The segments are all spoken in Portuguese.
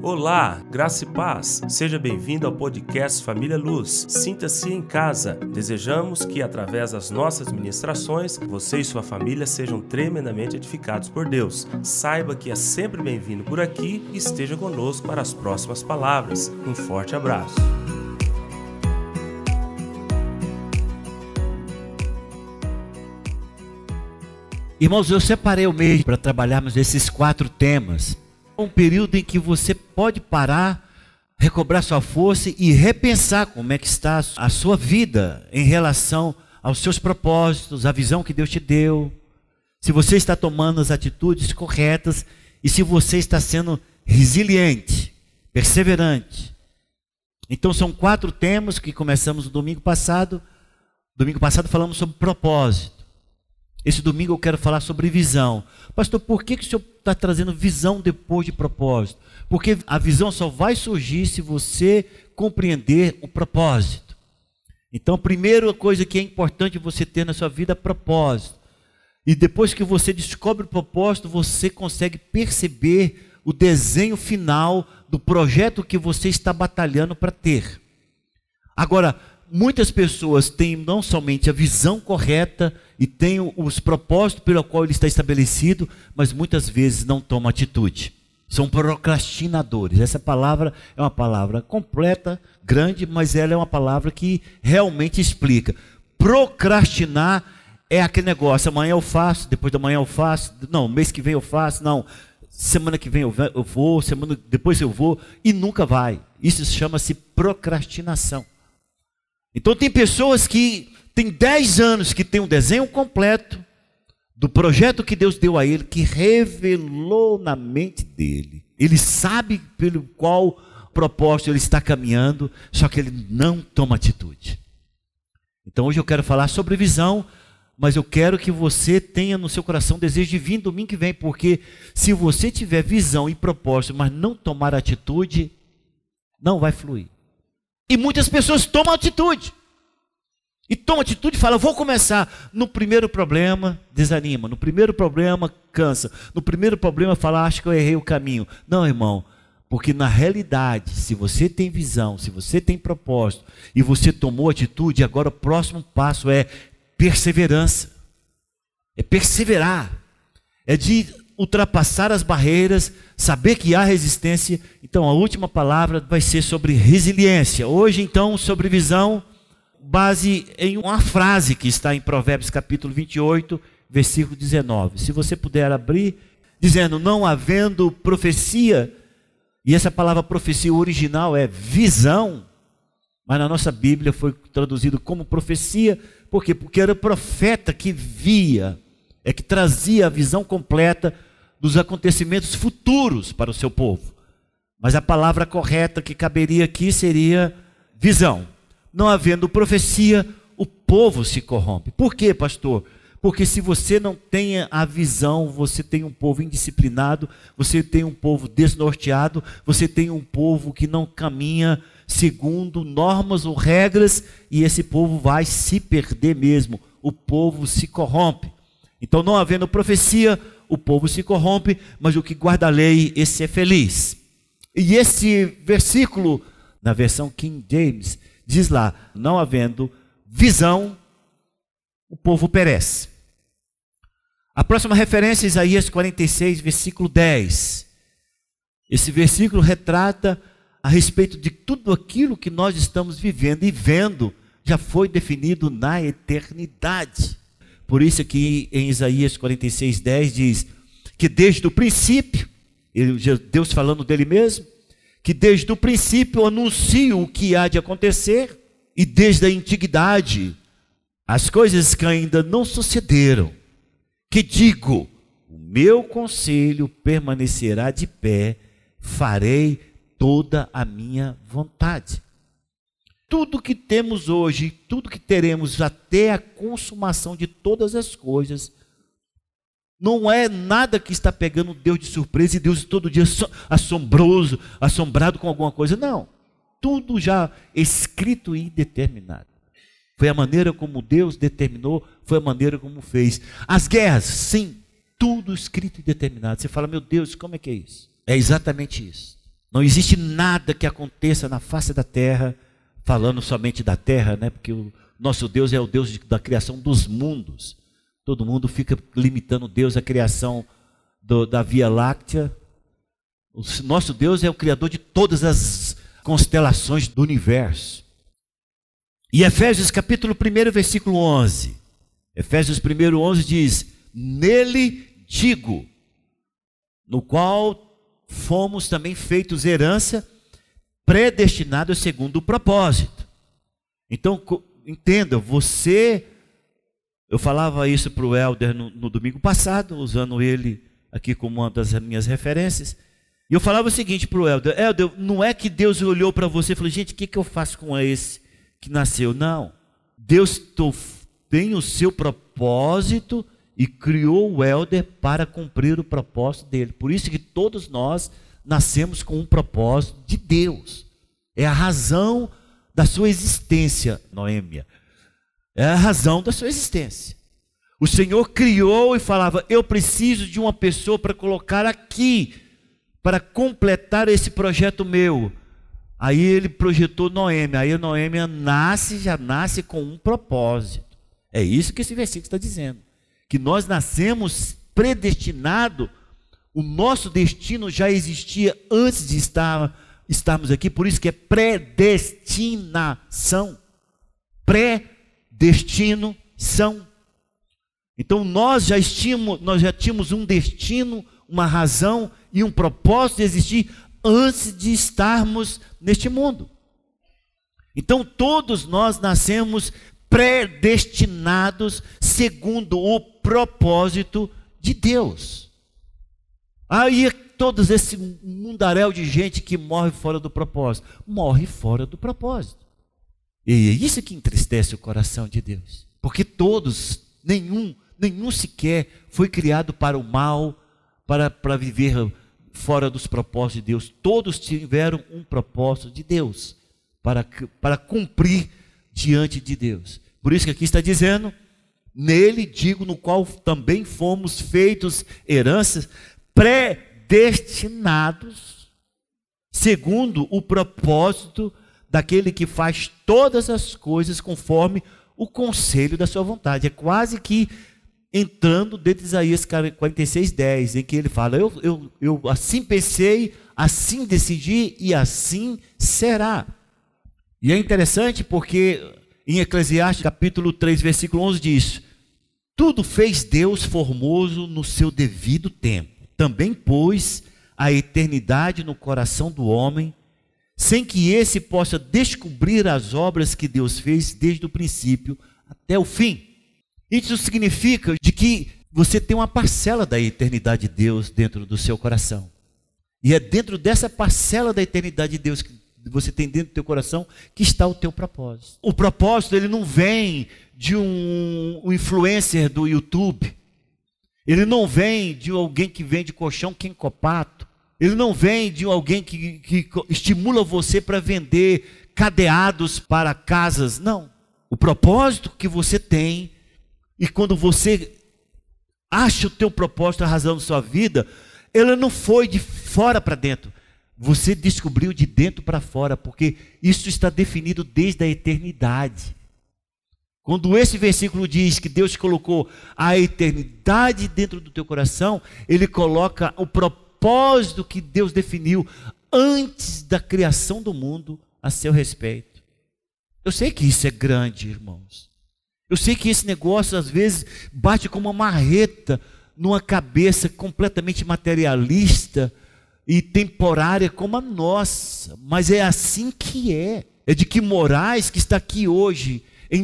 Olá, graça e paz. Seja bem-vindo ao podcast Família Luz. Sinta-se em casa. Desejamos que, através das nossas ministrações, você e sua família sejam tremendamente edificados por Deus. Saiba que é sempre bem-vindo por aqui e esteja conosco para as próximas palavras. Um forte abraço. Irmãos, eu separei o mês para trabalharmos esses 4 temas. Um período em que você pode parar, recobrar sua força e repensar como é que está a sua vida em relação aos seus propósitos, a visão que Deus te deu, se você está tomando as atitudes corretas e se você está sendo resiliente, perseverante. Então são 4 temas que começamos no domingo passado. Domingo passado falamos sobre propósito. Esse domingo eu quero falar sobre visão. Pastor, por que o senhor está trazendo visão depois de propósito? Porque a visão só vai surgir se você compreender o propósito. Então, a primeira coisa que é importante você ter na sua vida é propósito. E depois que você descobre o propósito, você consegue perceber o desenho final do projeto que você está batalhando para ter. Agora, muitas pessoas têm não somente a visão correta e têm os propósitos pelo qual ele está estabelecido, mas muitas vezes não tomam atitude. São procrastinadores. Essa palavra é uma palavra completa, grande, mas ela é uma palavra que realmente explica. Procrastinar é aquele negócio, amanhã eu faço, depois da manhã eu faço, não, mês que vem eu faço, não, semana que vem eu vou, semana depois eu vou, e nunca vai. Isso chama-se procrastinação. Então tem pessoas que têm 10 anos que tem um desenho completo do projeto que Deus deu a ele, que revelou na mente dele. Ele sabe pelo qual propósito ele está caminhando, só que ele não toma atitude. Então hoje eu quero falar sobre visão, mas eu quero que você tenha no seu coração o desejo de vir domingo que vem, porque se você tiver visão e propósito, mas não tomar atitude, não vai fluir. E muitas pessoas tomam atitude. E tomam atitude e falam, vou começar. No primeiro problema, desanima. No primeiro problema, cansa. No primeiro problema, fala, acho que eu errei o caminho. Não, irmão. Porque na realidade, se você tem visão, se você tem propósito, e você tomou atitude, agora o próximo passo é perseverança. É perseverar. É de ultrapassar as barreiras, saber que há resistência. Então a última palavra vai ser sobre resiliência. Hoje então sobre visão, base em uma frase que está em Provérbios capítulo 28, versículo 19. Se você puder abrir, dizendo, não havendo profecia, e essa palavra profecia original é visão, mas na nossa Bíblia foi traduzido como profecia. Por quê? Porque era o profeta que via, que trazia a visão completa dos acontecimentos futuros para o seu povo. Mas a palavra correta que caberia aqui seria visão. Não havendo profecia, o povo se corrompe. Por quê, pastor? Porque se você não tem a visão, você tem um povo indisciplinado, você tem um povo desnorteado, você tem um povo que não caminha segundo normas ou regras, e esse povo vai se perder mesmo. O povo se corrompe. Então, não havendo profecia, o povo se corrompe, mas o que guarda a lei, esse é feliz. E esse versículo, na versão King James, diz lá, não havendo visão, o povo perece. A próxima referência é Isaías 46, versículo 10. Esse versículo retrata a respeito de tudo aquilo que nós estamos vivendo e vendo, já foi definido na eternidade. Por isso aqui em Isaías 46, 10 diz que desde o princípio, Deus falando dele mesmo, que desde o princípio anuncio o que há de acontecer, e desde a antiguidade, as coisas que ainda não sucederam, que digo, o meu conselho permanecerá de pé, farei toda a minha vontade. Tudo que temos hoje, tudo que teremos até a consumação de todas as coisas, não é nada que está pegando Deus de surpresa e Deus todo dia assombrado com alguma coisa. Não, tudo já escrito e determinado. Foi a maneira como Deus determinou, foi a maneira como fez. As guerras, sim, tudo escrito e determinado. Você fala, meu Deus, como é que é isso? É exatamente isso. Não existe nada que aconteça na face da terra, falando somente da terra, né? Porque o nosso Deus é o Deus da criação dos mundos. Todo mundo fica limitando Deus à criação da Via Láctea. O nosso Deus é o Criador de todas as constelações do universo. E Efésios capítulo 1, versículo 11. Efésios 1, 11 diz: nele digo, no qual fomos também feitos herança, predestinados segundo o propósito. Então, entenda, eu falava isso para o Helder no domingo passado, usando ele aqui como uma das minhas referências, e eu falava o seguinte para o Helder: Helder, não é que Deus olhou para você e falou, gente, o que eu faço com esse que nasceu? Não, Deus tem o seu propósito e criou o Helder para cumprir o propósito dele. Por isso que todos nós nascemos com um propósito de Deus. É a razão da sua existência, Noêmia. É a razão da sua existência. O Senhor criou e falava, eu preciso de uma pessoa para colocar aqui, para completar esse projeto meu. Aí ele projetou Noêmia. Aí a Noêmia já nasce com um propósito. É isso que esse versículo está dizendo. Que nós nascemos predestinado, o nosso destino já existia antes de estarmos aqui, por isso que é predestinação. Predestinação. Então nós já tínhamos um destino, uma razão e um propósito de existir antes de estarmos neste mundo. Então todos nós nascemos predestinados segundo o propósito de Deus. Aí todo esse mundaréu de gente que morre fora do propósito, morre fora do propósito. E é isso que entristece o coração de Deus, porque todos, nenhum sequer foi criado para o mal, para viver fora dos propósitos de Deus. Todos tiveram um propósito de Deus para cumprir diante de Deus. Por isso que aqui está dizendo, nele digo, no qual também fomos feitos heranças, predestinados, segundo o propósito daquele que faz todas as coisas conforme o conselho da sua vontade. É quase que entrando dentro de Isaías 46:10, em que ele fala, eu assim pensei, assim decidi e assim será. E é interessante porque em Eclesiastes capítulo 3, versículo 11 diz, tudo fez Deus formoso no seu devido tempo. Também pôs a eternidade no coração do homem, sem que esse possa descobrir as obras que Deus fez desde o princípio até o fim. Isso significa de que você tem uma parcela da eternidade de Deus dentro do seu coração. E é dentro dessa parcela da eternidade de Deus que você tem dentro do teu coração que está o teu propósito. O propósito, ele não vem de um influencer do YouTube. Ele não vem de alguém que vende colchão quencopato. Ele não vem de alguém que estimula você para vender cadeados para casas. Não. O propósito que você tem, e quando você acha o teu propósito, a razão da sua vida, ela não foi de fora para dentro. Você descobriu de dentro para fora, porque isso está definido desde a eternidade. Quando esse versículo diz que Deus colocou a eternidade dentro do teu coração, Ele coloca o propósito que Deus definiu antes da criação do mundo a seu respeito. Eu sei que isso é grande, irmãos. Eu sei que esse negócio às vezes bate como uma marreta numa cabeça completamente materialista e temporária como a nossa, mas é assim que é. É de que Moraes, que está aqui hoje, em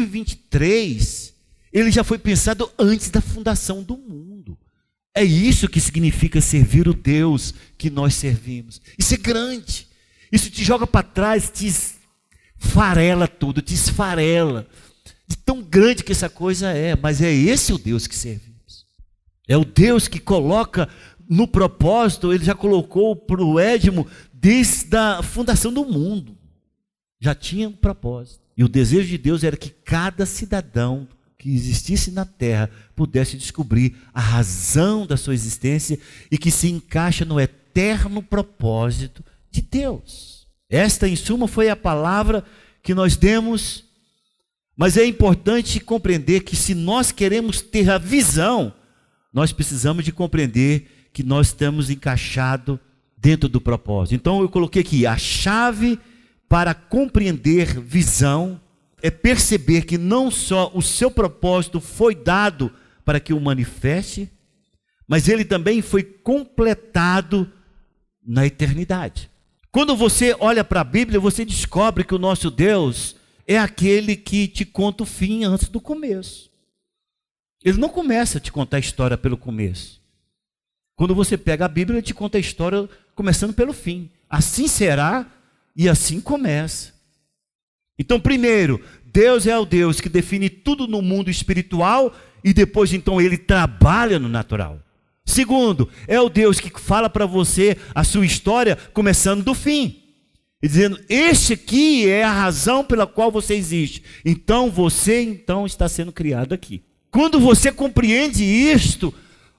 2023, ele já foi pensado antes da fundação do mundo. É isso que significa servir o Deus que nós servimos. Isso é grande. Isso te joga para trás, te esfarela tudo, te esfarela. De tão grande que essa coisa é, mas é esse o Deus que servimos. É o Deus que coloca no propósito, ele já colocou para o Edmo desde a fundação do mundo. Já tinha um propósito. E o desejo de Deus era que cada cidadão que existisse na terra pudesse descobrir a razão da sua existência e que se encaixa no eterno eterno propósito de Deus. Esta, em suma, foi a palavra que nós demos, mas é importante compreender que se nós queremos ter a visão, nós precisamos de compreender que nós estamos encaixados dentro do propósito. Então eu coloquei aqui, a chave para compreender visão é perceber que não só o seu propósito foi dado para que o manifeste, mas ele também foi completado na eternidade. Quando você olha para a Bíblia, você descobre que o nosso Deus é aquele que te conta o fim antes do começo. Ele não começa a te contar a história pelo começo. Quando você pega a Bíblia, ele te conta a história começando pelo fim. Assim será e assim começa. Então, primeiro, Deus é o Deus que define tudo no mundo espiritual e depois, então, ele trabalha no natural. Segundo, é o Deus que fala para você a sua história começando do fim. E dizendo, este aqui é a razão pela qual você existe. Então, você está sendo criado aqui. Quando você compreende isto,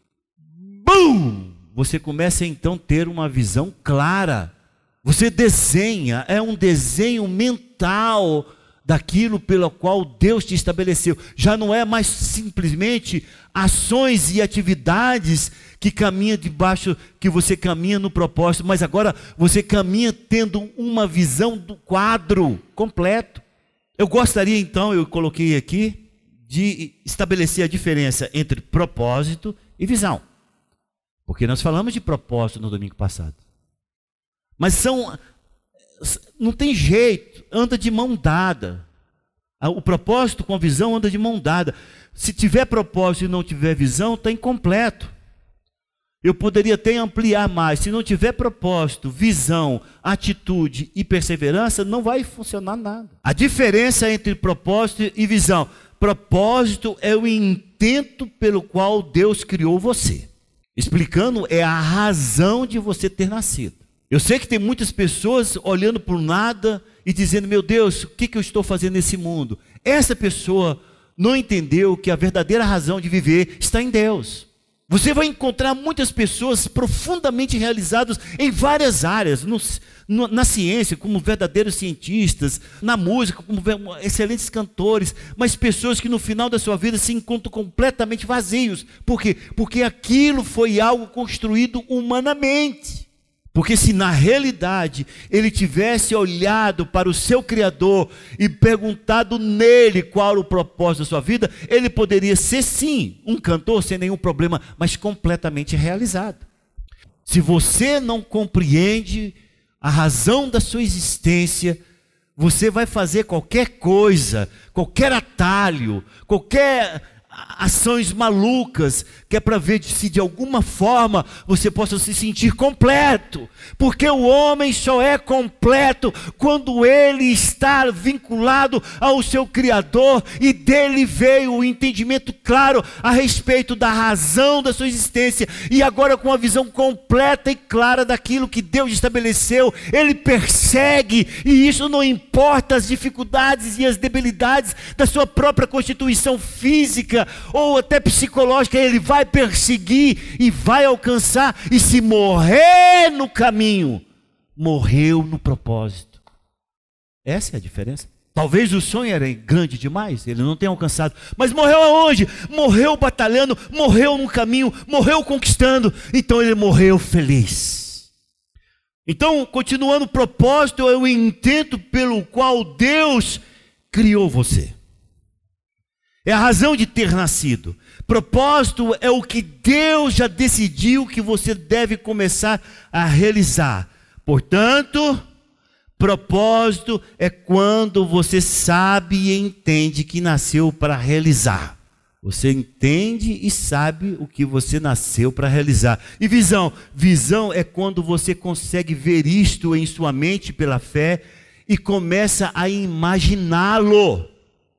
você começa então a ter uma visão clara. Você desenha, é um desenho mental daquilo pelo qual Deus te estabeleceu. Já não é mais simplesmente ações e atividades que caminha debaixo, que você caminha no propósito, mas agora você caminha tendo uma visão do quadro completo. Eu gostaria então, eu coloquei aqui, de estabelecer a diferença entre propósito e visão. Porque nós falamos de propósito no domingo passado. Mas não tem jeito, anda de mão dada. O propósito com a visão anda de mão dada. Se tiver propósito e não tiver visão, está incompleto. Eu poderia até ampliar mais. Se não tiver propósito, visão, atitude e perseverança, não vai funcionar nada. A diferença entre propósito e visão. Propósito é o intento pelo qual Deus criou você. Explicando, é a razão de você ter nascido. Eu sei que tem muitas pessoas olhando por nada e dizendo, meu Deus, o que eu estou fazendo nesse mundo? Essa pessoa não entendeu que a verdadeira razão de viver está em Deus. Você vai encontrar muitas pessoas profundamente realizadas em várias áreas, na ciência, como verdadeiros cientistas, na música, como excelentes cantores, mas pessoas que no final da sua vida se encontram completamente vazios. Por quê? Porque aquilo foi algo construído humanamente. Porque se na realidade ele tivesse olhado para o seu Criador e perguntado nele qual era o propósito da sua vida, ele poderia ser sim um cantor sem nenhum problema, mas completamente realizado. Se você não compreende a razão da sua existência, você vai fazer qualquer coisa, qualquer atalho, qualquer ações malucas, que é para ver se de alguma forma você possa se sentir completo, porque o homem só é completo quando ele está vinculado ao seu Criador e dele veio o entendimento claro a respeito da razão da sua existência, e agora com a visão completa e clara daquilo que Deus estabeleceu, ele persegue, e isso não importa as dificuldades e as debilidades da sua própria constituição física ou até psicológica, ele vai perseguir e vai alcançar, e se morrer no caminho, morreu no propósito. Essa é a diferença. Talvez o sonho era grande demais, ele não tenha alcançado, mas morreu aonde? Morreu batalhando, morreu no caminho, morreu conquistando, então ele morreu feliz. Então, continuando, o propósito é o intento pelo qual Deus criou você. É a razão de ter nascido. Propósito é o que Deus já decidiu que você deve começar a realizar. Portanto, propósito é quando você sabe e entende que nasceu para realizar. Você entende e sabe o que você nasceu para realizar. E visão? Visão é quando você consegue ver isto em sua mente pela fé e começa a imaginá-lo.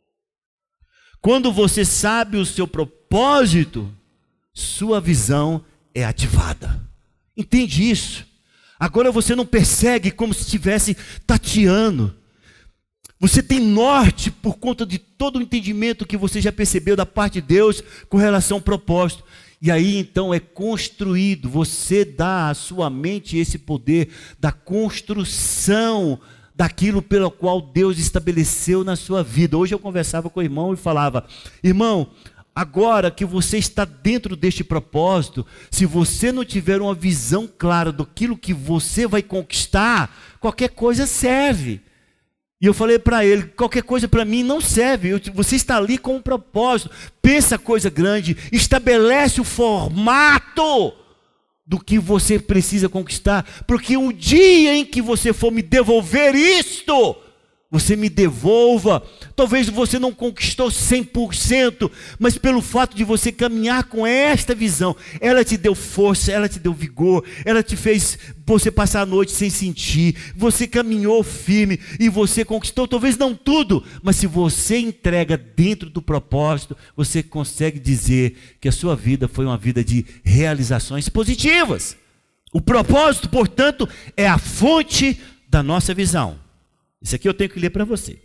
Quando você sabe o seu propósito, sua visão é ativada. Entende isso? Agora você não persegue como se estivesse tateando. Você tem norte por conta de todo o entendimento que você já percebeu da parte de Deus com relação ao propósito. E aí então é construído, você dá à sua mente esse poder da construção daquilo pelo qual Deus estabeleceu na sua vida. Hoje eu conversava com o irmão e falava: irmão, agora que você está dentro deste propósito, se você não tiver uma visão clara daquilo que você vai conquistar, qualquer coisa serve. E eu falei para ele: qualquer coisa para mim não serve, você está ali com um propósito, pensa coisa grande, estabelece o formato do que você precisa conquistar, porque o dia em que você for me devolver isto, você me devolva. Talvez você não conquistou 100%, mas pelo fato de você caminhar com esta visão, ela te deu força, ela te deu vigor, ela te fez você passar a noite sem sentir, você caminhou firme e você conquistou, talvez não tudo, mas se você entrega dentro do propósito, você consegue dizer que a sua vida foi uma vida de realizações positivas. O propósito, portanto, é a fonte da nossa visão. Isso aqui eu tenho que ler para você.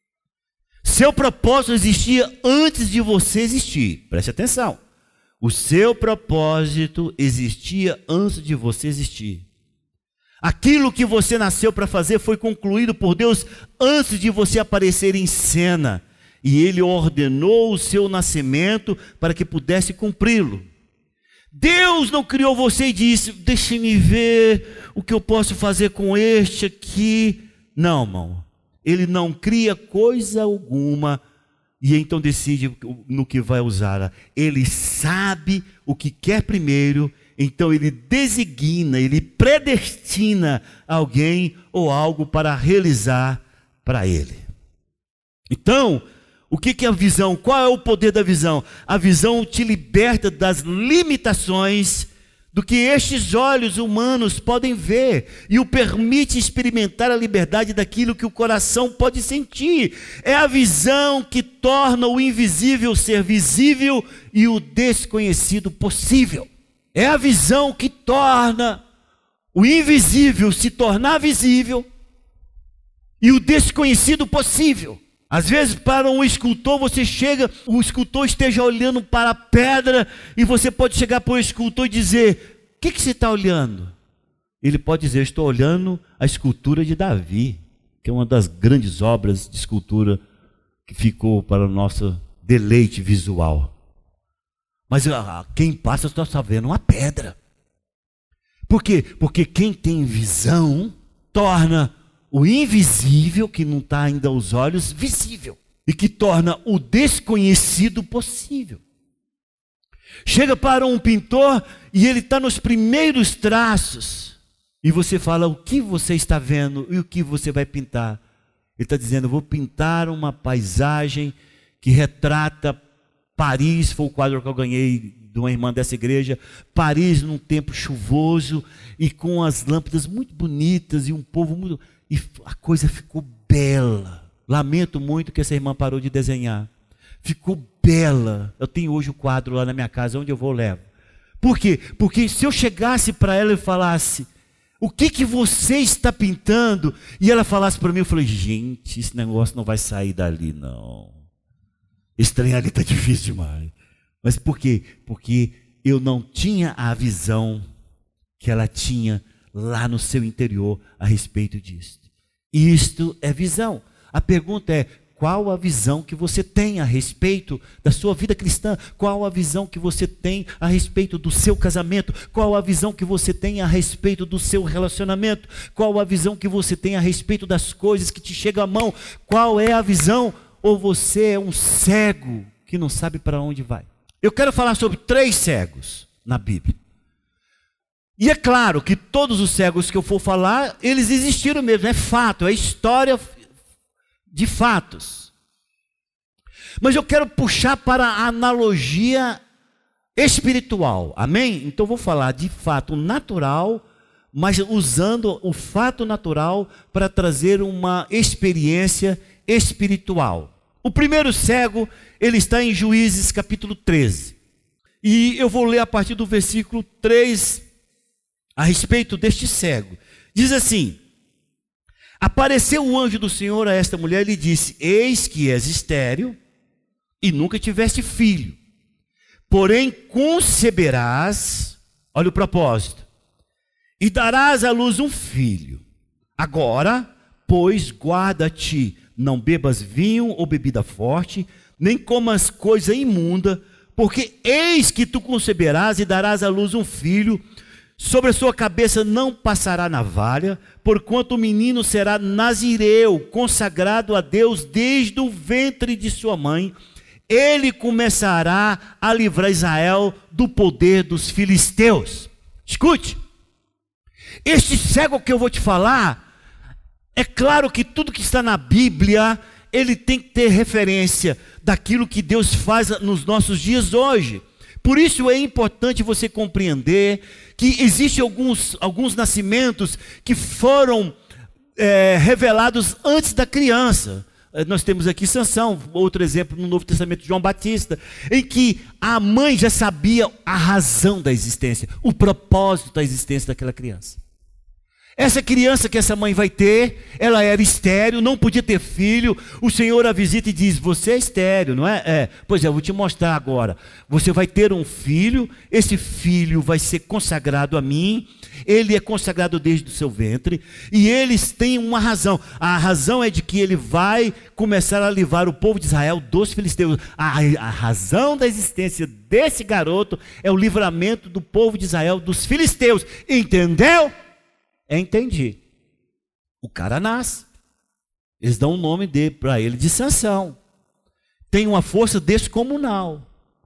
Seu propósito existia antes de você existir. Preste atenção. O seu propósito existia antes de você existir. Aquilo que você nasceu para fazer foi concluído por Deus antes de você aparecer em cena. E Ele ordenou o seu nascimento para que pudesse cumpri-lo. Deus não criou você e disse: deixe-me ver o que eu posso fazer com este aqui. Não, irmão. Ele não cria coisa alguma e então decide no que vai usar. Ele sabe o que quer primeiro, então ele designa, ele predestina alguém ou algo para realizar para ele. Então, o que é a visão? Qual é o poder da visão? A visão te liberta das limitações do que estes olhos humanos podem ver e o permite experimentar a liberdade daquilo que o coração pode sentir. É a visão que torna o invisível ser visível e o desconhecido possível. É a visão que torna o invisível se tornar visível e o desconhecido possível. Às vezes, para um escultor, você chega, o escultor esteja olhando para a pedra, e você pode chegar para o escultor e dizer: o que você está olhando? Ele pode dizer: estou olhando a escultura de Davi, que é uma das grandes obras de escultura que ficou para o nosso deleite visual. Mas quem passa está só vendo uma pedra. Por quê? Porque quem tem visão torna o invisível, que não está ainda aos olhos, visível. E que torna o desconhecido possível. Chega para um pintor e ele está nos primeiros traços. E você fala: o que você está vendo e o que você vai pintar? Ele está dizendo: eu vou pintar uma paisagem que retrata Paris. Foi o quadro que eu ganhei de uma irmã dessa igreja. Paris num tempo chuvoso e com as lâmpadas muito bonitas e um povo muito... E a coisa ficou bela. Lamento muito que essa irmã parou de desenhar. Ficou bela. Eu tenho hoje o quadro lá na minha casa, onde eu vou, levo. Por quê? Porque se eu chegasse para ela e falasse: o que você está pintando? E ela falasse para mim, eu falei: gente, esse negócio não vai sair dali não. Esse trem ali está difícil demais. Mas por quê? Porque eu não tinha a visão que ela tinha lá no seu interior a respeito disso. Isto é visão. A pergunta é: qual a visão que você tem a respeito da sua vida cristã? Qual a visão que você tem a respeito do seu casamento? Qual a visão que você tem a respeito do seu relacionamento? Qual a visão que você tem a respeito das coisas que te chegam à mão? Qual é a visão? Ou você é um cego que não sabe para onde vai? Eu quero falar sobre 3 cegos na Bíblia. E é claro que todos os cegos que eu for falar, eles existiram mesmo, é fato, é história de fatos. Mas eu quero puxar para a analogia espiritual, amém? Então eu vou falar de fato natural, mas usando o fato natural para trazer uma experiência espiritual. O primeiro cego, ele está em Juízes capítulo 13. E eu vou ler a partir do versículo 3 a respeito deste cego. Diz assim: apareceu o anjo do Senhor a esta mulher e lhe disse: eis que és estéril e nunca tiveste filho, porém conceberás, olha o propósito, e darás à luz um filho. Agora, pois, guarda-te, não bebas vinho ou bebida forte, nem comas coisa imunda, porque eis que tu conceberás e darás à luz um filho. Sobre a sua cabeça não passará navalha, porquanto o menino será nazireu, consagrado a Deus desde o ventre de sua mãe. Ele começará a livrar Israel do poder dos filisteus. Escute, este cego que eu vou te falar, é claro que tudo que está na Bíblia, ele tem que ter referência daquilo que Deus faz nos nossos dias hoje. Por isso é importante você compreender que existem alguns nascimentos que foram revelados antes da criança. Nós temos aqui Sansão, outro exemplo no Novo Testamento, João Batista, em que a mãe já sabia a razão da existência, o propósito da existência daquela criança. Essa criança que essa mãe vai ter, ela era estéril, não podia ter filho. O Senhor a visita e diz: você é estéril, não é? Pois é, eu vou te mostrar agora. Você vai ter um filho, esse filho vai ser consagrado a mim. Ele é consagrado desde o seu ventre. E eles têm uma razão. A razão é de que ele vai começar a livrar o povo de Israel dos filisteus. A razão da existência desse garoto é o livramento do povo de Israel dos filisteus. Entendeu? Entendi. O cara nasce. Eles dão o nome para ele de Sansão. Tem uma força descomunal.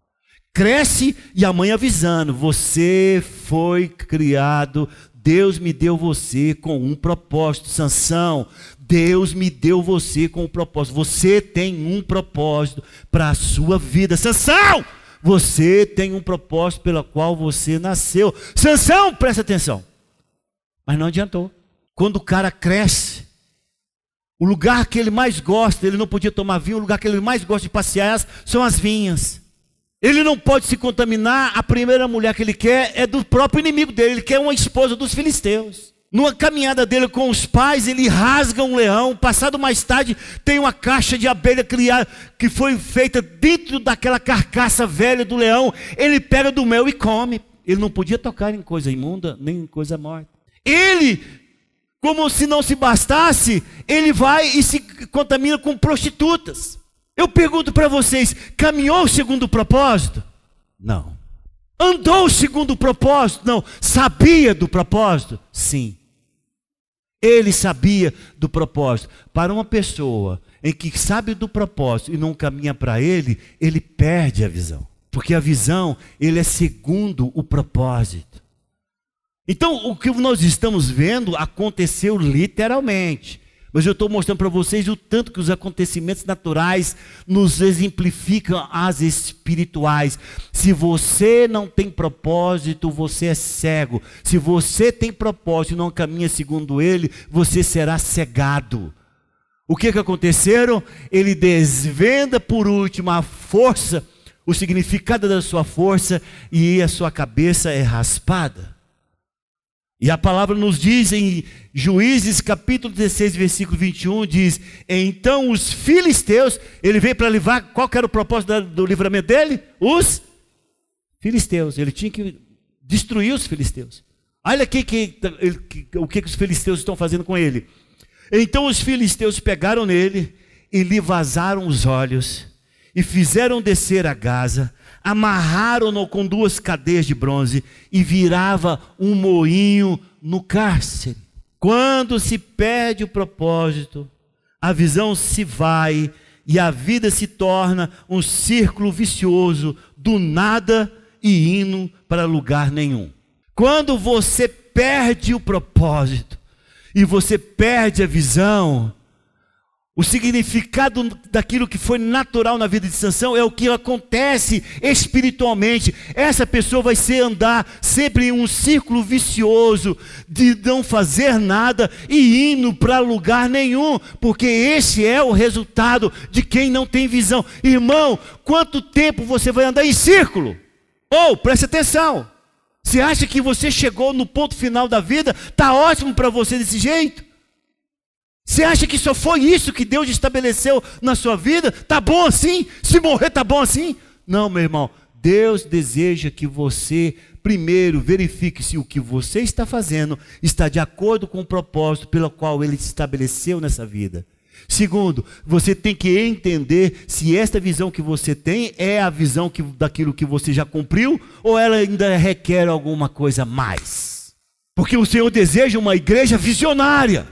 Cresce e a mãe avisando: você foi criado, Deus me deu você com um propósito. Sansão, Deus me deu você com um propósito. Você tem um propósito para a sua vida. Sansão, você tem um propósito pelo qual você nasceu. Sansão, presta atenção. Mas não adiantou. Quando o cara cresce, o lugar que ele mais gosta, ele não podia tomar vinho, o lugar que ele mais gosta de passear são as vinhas. Ele não pode se contaminar, a primeira mulher que ele quer é do próprio inimigo dele, ele quer uma esposa dos filisteus. Numa caminhada dele com os pais, ele rasga um leão, passado mais tarde, tem uma caixa de abelha criada, que foi feita dentro daquela carcaça velha do leão, ele pega do mel e come. Ele não podia tocar em coisa imunda, nem em coisa morta. Ele, como se não se bastasse, ele vai e se contamina com prostitutas. Eu pergunto para vocês: caminhou segundo o propósito? Não. Andou segundo o propósito? Não. Sabia do propósito? Sim. Ele sabia do propósito. Para uma pessoa em que sabe do propósito e não caminha para ele, ele perde a visão. Porque a visão, ele é segundo o propósito. Então, o que nós estamos vendo aconteceu literalmente. Mas eu estou mostrando para vocês o tanto que os acontecimentos naturais nos exemplificam as espirituais. Se você não tem propósito, você é cego. Se você tem propósito e não caminha segundo ele, você será cegado. O que aconteceram? Ele desvenda por último a força, o significado da sua força, e a sua cabeça é raspada. E a palavra nos diz em Juízes capítulo 16, versículo 21, diz: então os filisteus, ele veio para livrar, qual que era o propósito do livramento dele? Os filisteus, ele tinha que destruir os filisteus. Olha aqui o que os filisteus estão fazendo com ele. Então os filisteus pegaram nele e lhe vazaram os olhos, e fizeram descer a Gaza, amarraram-no com 2 cadeias de bronze e virava um moinho no cárcere. Quando se perde o propósito, a visão se vai e a vida se torna um círculo vicioso do nada e indo para lugar nenhum. Quando você perde o propósito e você perde a visão, o significado daquilo que foi natural na vida de Sansão é o que acontece espiritualmente. Essa pessoa vai andar sempre em um círculo vicioso de não fazer nada e indo para lugar nenhum, porque esse é o resultado de quem não tem visão. Irmão, quanto tempo você vai andar em círculo? Preste atenção. Você acha que você chegou no ponto final da vida? Está ótimo para você desse jeito? Você acha que só foi isso que Deus estabeleceu na sua vida? Tá bom assim? Se morrer, tá bom assim? Não, meu irmão. Deus deseja que você, primeiro, verifique se o que você está fazendo está de acordo com o propósito pelo qual Ele te estabeleceu nessa vida. Segundo, você tem que entender se esta visão que você tem é a visão daquilo que você já cumpriu ou ela ainda requer alguma coisa a mais. Porque o Senhor deseja uma igreja visionária.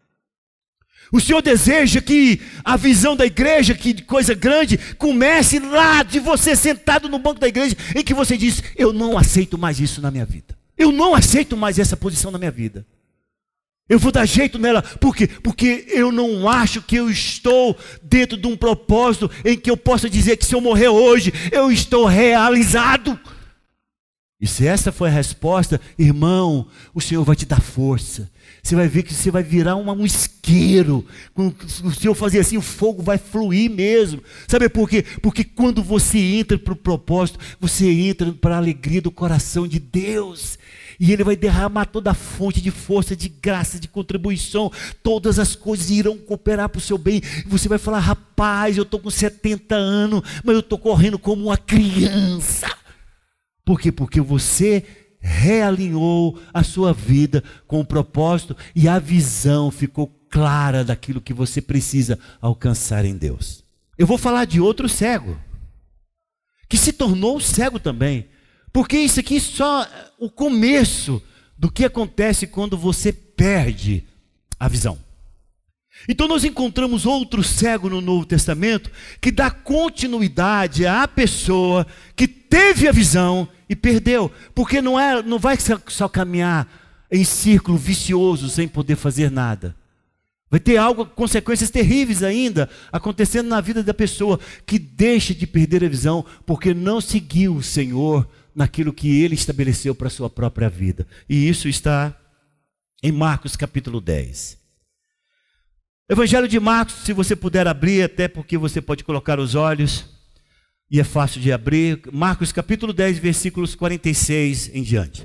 O Senhor deseja que a visão da igreja, que de coisa grande, comece lá de você sentado no banco da igreja, em que você diz: eu não aceito mais isso na minha vida. Eu não aceito mais essa posição na minha vida. Eu vou dar jeito nela. Por quê? Porque eu não acho que eu estou dentro de um propósito em que eu possa dizer que se eu morrer hoje, eu estou realizado. E se essa foi a resposta, irmão, o Senhor vai te dar força. Você vai ver que você vai virar um isqueiro. Se o Senhor fazer assim, o fogo vai fluir mesmo. Sabe por quê? Porque quando você entra para o propósito, você entra para a alegria do coração de Deus. E Ele vai derramar toda a fonte de força, de graça, de contribuição. Todas as coisas irão cooperar para o seu bem. Você vai falar: rapaz, eu estou com 70 anos, mas eu estou correndo como uma criança. Por quê? Porque você realinhou a sua vida com o propósito e a visão ficou clara daquilo que você precisa alcançar em Deus. Eu vou falar de outro cego, que se tornou cego também, porque isso aqui é só o começo do que acontece quando você perde a visão. Então nós encontramos outro cego no Novo Testamento que dá continuidade à pessoa que teve a visão e perdeu, porque não vai só caminhar em círculo vicioso sem poder fazer nada. Vai ter consequências terríveis ainda acontecendo na vida da pessoa que deixa de perder a visão porque não seguiu o Senhor naquilo que Ele estabeleceu para a sua própria vida. E isso está em Marcos capítulo 10. Evangelho de Marcos, se você puder abrir, até porque você pode colocar os olhos, e é fácil de abrir. Marcos capítulo 10, versículos 46 em diante.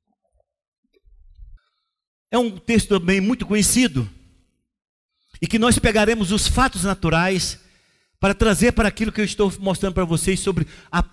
É um texto também muito conhecido, e que nós pegaremos os fatos naturais para trazer para aquilo que eu estou mostrando para vocês sobre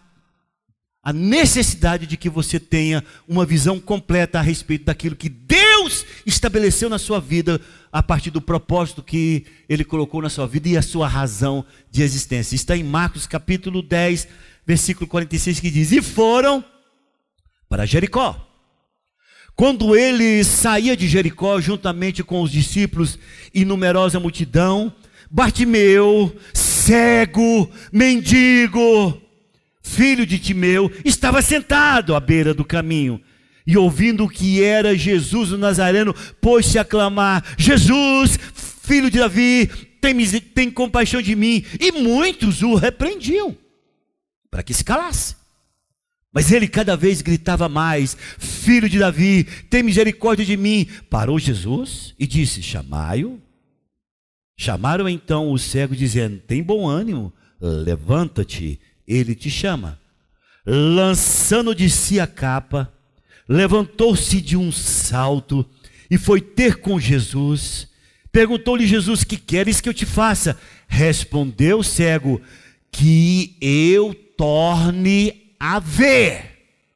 a necessidade de que você tenha uma visão completa a respeito daquilo que Deus estabeleceu na sua vida, a partir do propósito que Ele colocou na sua vida e a sua razão de existência. Está em Marcos capítulo 10, versículo 46, que diz: e foram para Jericó. Quando ele saía de Jericó, juntamente com os discípulos e numerosa multidão, Bartimeu, cego, mendigo, filho de Timeu, estava sentado à beira do caminho. E ouvindo que era Jesus o Nazareno, pôs-se a clamar: Jesus, filho de Davi, tem compaixão de mim. E muitos o repreendiam para que se calasse. Mas ele cada vez gritava mais: filho de Davi, tem misericórdia de mim. Parou Jesus e disse: chamai-o. Chamaram então o cego, dizendo: tem bom ânimo, levanta-te, ele te chama. Lançando de si a capa, levantou-se de um salto e foi ter com Jesus. Perguntou-lhe Jesus: que queres que eu te faça? Respondeu o cego: que eu torne a ver.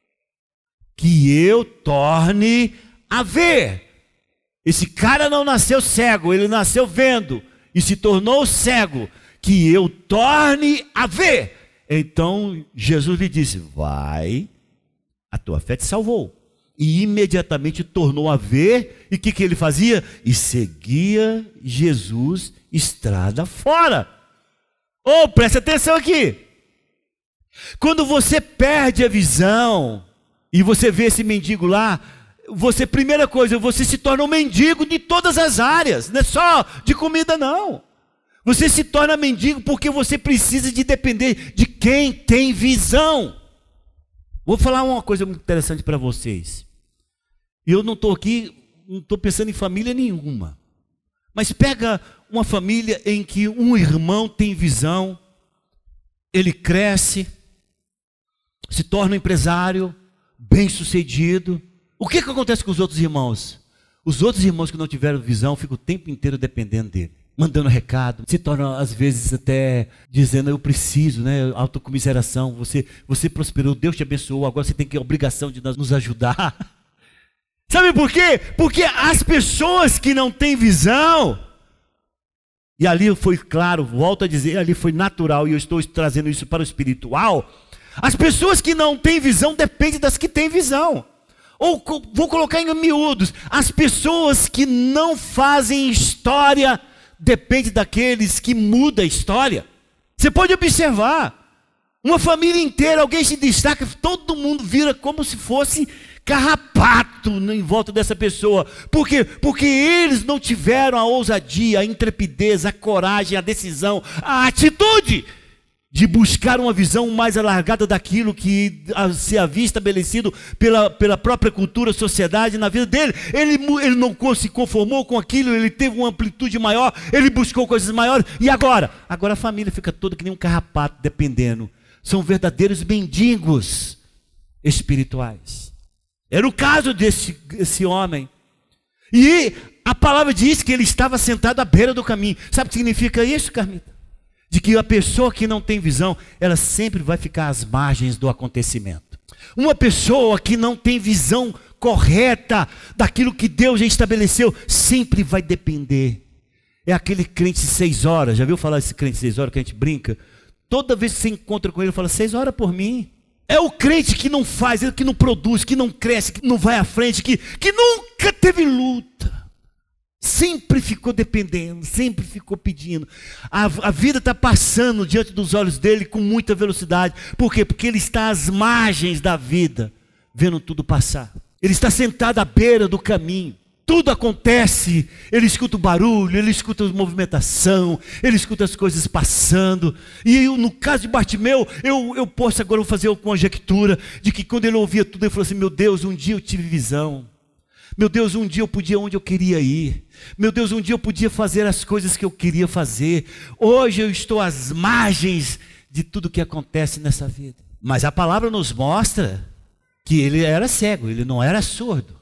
Que eu torne a ver. Esse cara não nasceu cego, ele nasceu vendo e se tornou cego. Que eu torne a ver. Então Jesus lhe disse: vai, a tua fé te salvou. E imediatamente tornou a ver. E o que ele fazia? E seguia Jesus estrada fora. Oh, presta atenção aqui. Quando você perde a visão e você vê esse mendigo lá, primeira coisa, você se torna um mendigo de todas as áreas, não é só de comida não. Você se torna mendigo porque você precisa de depender de quem tem visão. Vou falar uma coisa muito interessante para vocês. Eu não estou aqui, não estou pensando em família nenhuma. Mas pega uma família em que um irmão tem visão, ele cresce, se torna um empresário, bem-sucedido. O que acontece com os outros irmãos? Os outros irmãos que não tiveram visão ficam o tempo inteiro dependendo dele. mandando recado, se torna às vezes até dizendo eu preciso, né? Autocomiseração, você prosperou, Deus te abençoou, agora você tem que a obrigação de nos ajudar. Sabe por quê? Porque as pessoas que não têm visão, e ali foi claro, volto a dizer, ali foi natural, e eu estou trazendo isso para o espiritual. As pessoas que não têm visão dependem das que têm visão. Ou vou colocar em miúdos, as pessoas que não fazem história dependem daqueles que mudam a história. Você pode observar, uma família inteira, alguém se destaca, todo mundo vira como se fosse carrapato em volta dessa pessoa. Por quê? Porque eles não tiveram a ousadia, a intrepidez, a coragem, a decisão, a atitude de buscar uma visão mais alargada daquilo que se havia estabelecido pela própria cultura, sociedade na vida dele. Ele não se conformou com aquilo, ele teve uma amplitude maior, ele buscou coisas maiores. E agora? Agora a família fica toda que nem um carrapato, dependendo. São verdadeiros mendigos espirituais. Era o caso desse homem. E a palavra diz que ele estava sentado à beira do caminho. Sabe o que significa isso, Carmita? De que a pessoa que não tem visão, ela sempre vai ficar às margens do acontecimento. Uma pessoa que não tem visão correta daquilo que Deus já estabeleceu, sempre vai depender. É aquele crente de 6 horas, já viu falar desse crente de 6 horas que a gente brinca? Toda vez que você encontra com ele, fala 6 horas por mim. É o crente que não faz, que não produz, que não cresce, que não vai à frente, que nunca teve luta. Sempre ficou dependendo, sempre ficou pedindo. A vida está passando diante dos olhos dele com muita velocidade. Por quê? Porque ele está às margens da vida, vendo tudo passar. Ele está sentado à beira do caminho. Tudo acontece, ele escuta o barulho, ele escuta a movimentação, ele escuta as coisas passando. E no caso de Bartimeu, eu posso agora fazer uma conjectura de que quando ele ouvia tudo, ele falou assim: meu Deus, um dia eu tive visão. Meu Deus, um dia eu podia onde eu queria ir. Meu Deus, um dia eu podia fazer as coisas que eu queria fazer. Hoje eu estou às margens de tudo que acontece nessa vida. Mas a palavra nos mostra que ele era cego, ele não era surdo.